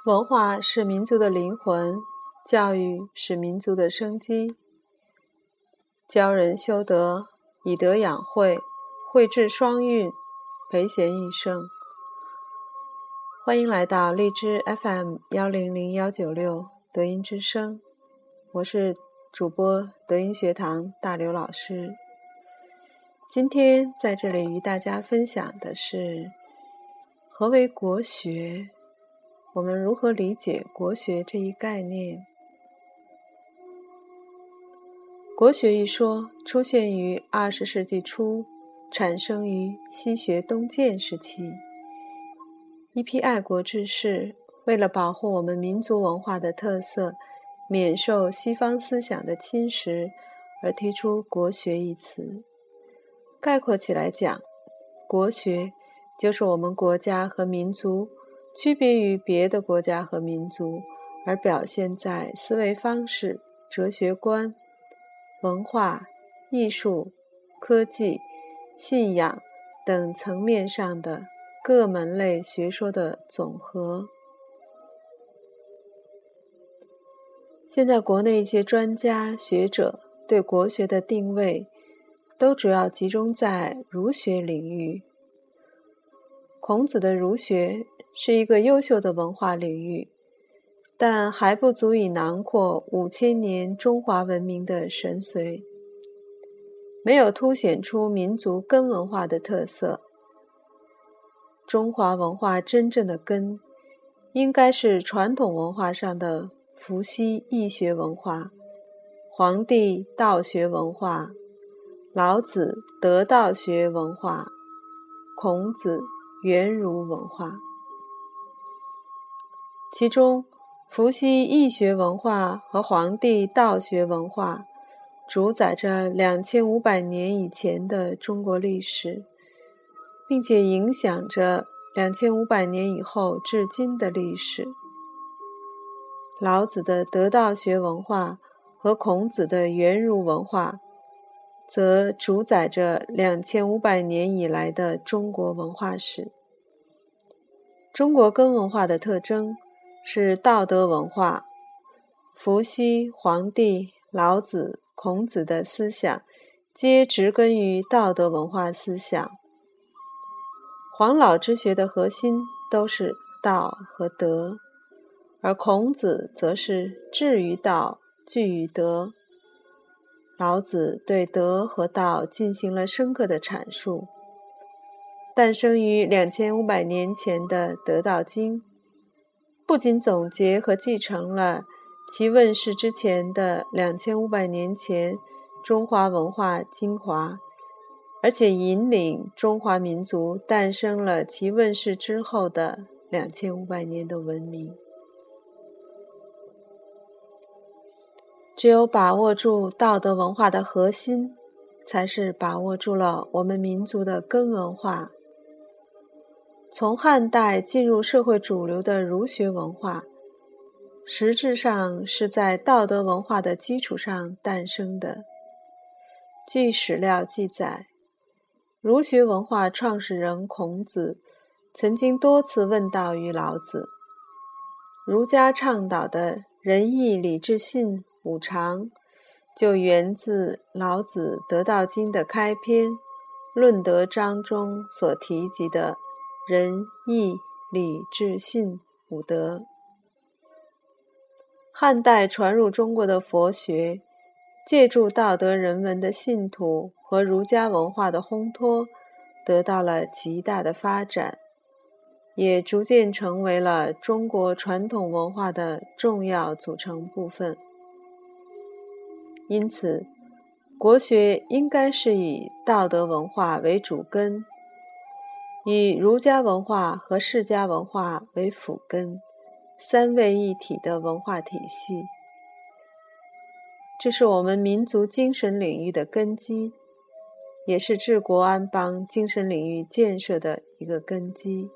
文化是民族的灵魂，教育是民族的生机。教人修德，以德养慧，慧智双运，培贤育圣。欢迎来到荔枝 FM100196 德音之声，我是主播德音学堂大刘老师。今天在这里与大家分享的是何为国学，我们如何理解国学这一概念。国学一说出现于20世纪初，产生于西学东渐时期。一批爱国志士为了保护我们民族文化的特色，免受西方思想的侵蚀，而提出国学一词。概括起来讲，国学就是我们国家和民族区别于别的国家和民族，而表现在思维方式、哲学观、文化、艺术、科技、信仰等层面上的各门类学说的总和。现在国内一些专家学者对国学的定位都主要集中在儒学领域。孔子的儒学是一个优秀的文化领域，但还不足以囊括5000年中华文明的神髓，没有凸显出民族根文化的特色。中华文化真正的根，应该是传统文化上的伏羲易学文化、黄帝道学文化、老子得道学文化、孔子圆儒文化。其中伏羲易学文化和黄帝道学文化主宰着2500年以前的中国历史，并且影响着2500年以后至今的历史。老子的得道学文化和孔子的圆儒文化则主宰着2500年以来的中国文化史。中国根文化的特征是道德文化，伏羲、黄帝、老子、孔子的思想皆植根于道德文化思想。黄老之学的核心都是道和德，而孔子则是至于道，据于德。老子对德和道进行了深刻的阐述。诞生于2500年前的《得道经》，不仅总结和继承了其问世之前的2500年前中华文化精华，而且引领中华民族诞生了其问世之后的2500年的文明。只有把握住道德文化的核心，才是把握住了我们民族的根文化。从汉代进入社会主流的儒学文化，实质上是在道德文化的基础上诞生的。据史料记载，儒学文化创始人孔子曾经多次问道于老子。儒家倡导的仁义礼智信五常，就源自老子得道经的开篇论德章中所提及的仁义礼智信五德。汉代传入中国的佛学，借助道德人文的信徒和儒家文化的烘托，得到了极大的发展，也逐渐成为了中国传统文化的重要组成部分。因此，国学应该是以道德文化为主根，以儒家文化和释家文化为辅根，三位一体的文化体系。这是我们民族精神领域的根基，也是治国安邦精神领域建设的一个根基。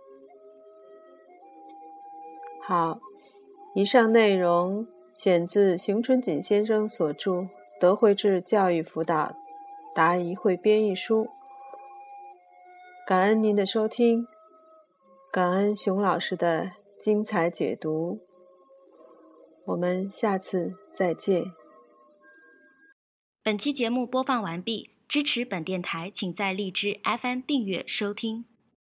好，以上内容选自熊春锦先生所著《德慧智教育辅导答疑汇编》一书。感恩您的收听，感恩熊老师的精彩解读。我们下次再见。 本期节目播放完毕，支持本电台，请在荔枝 FM 订阅收听。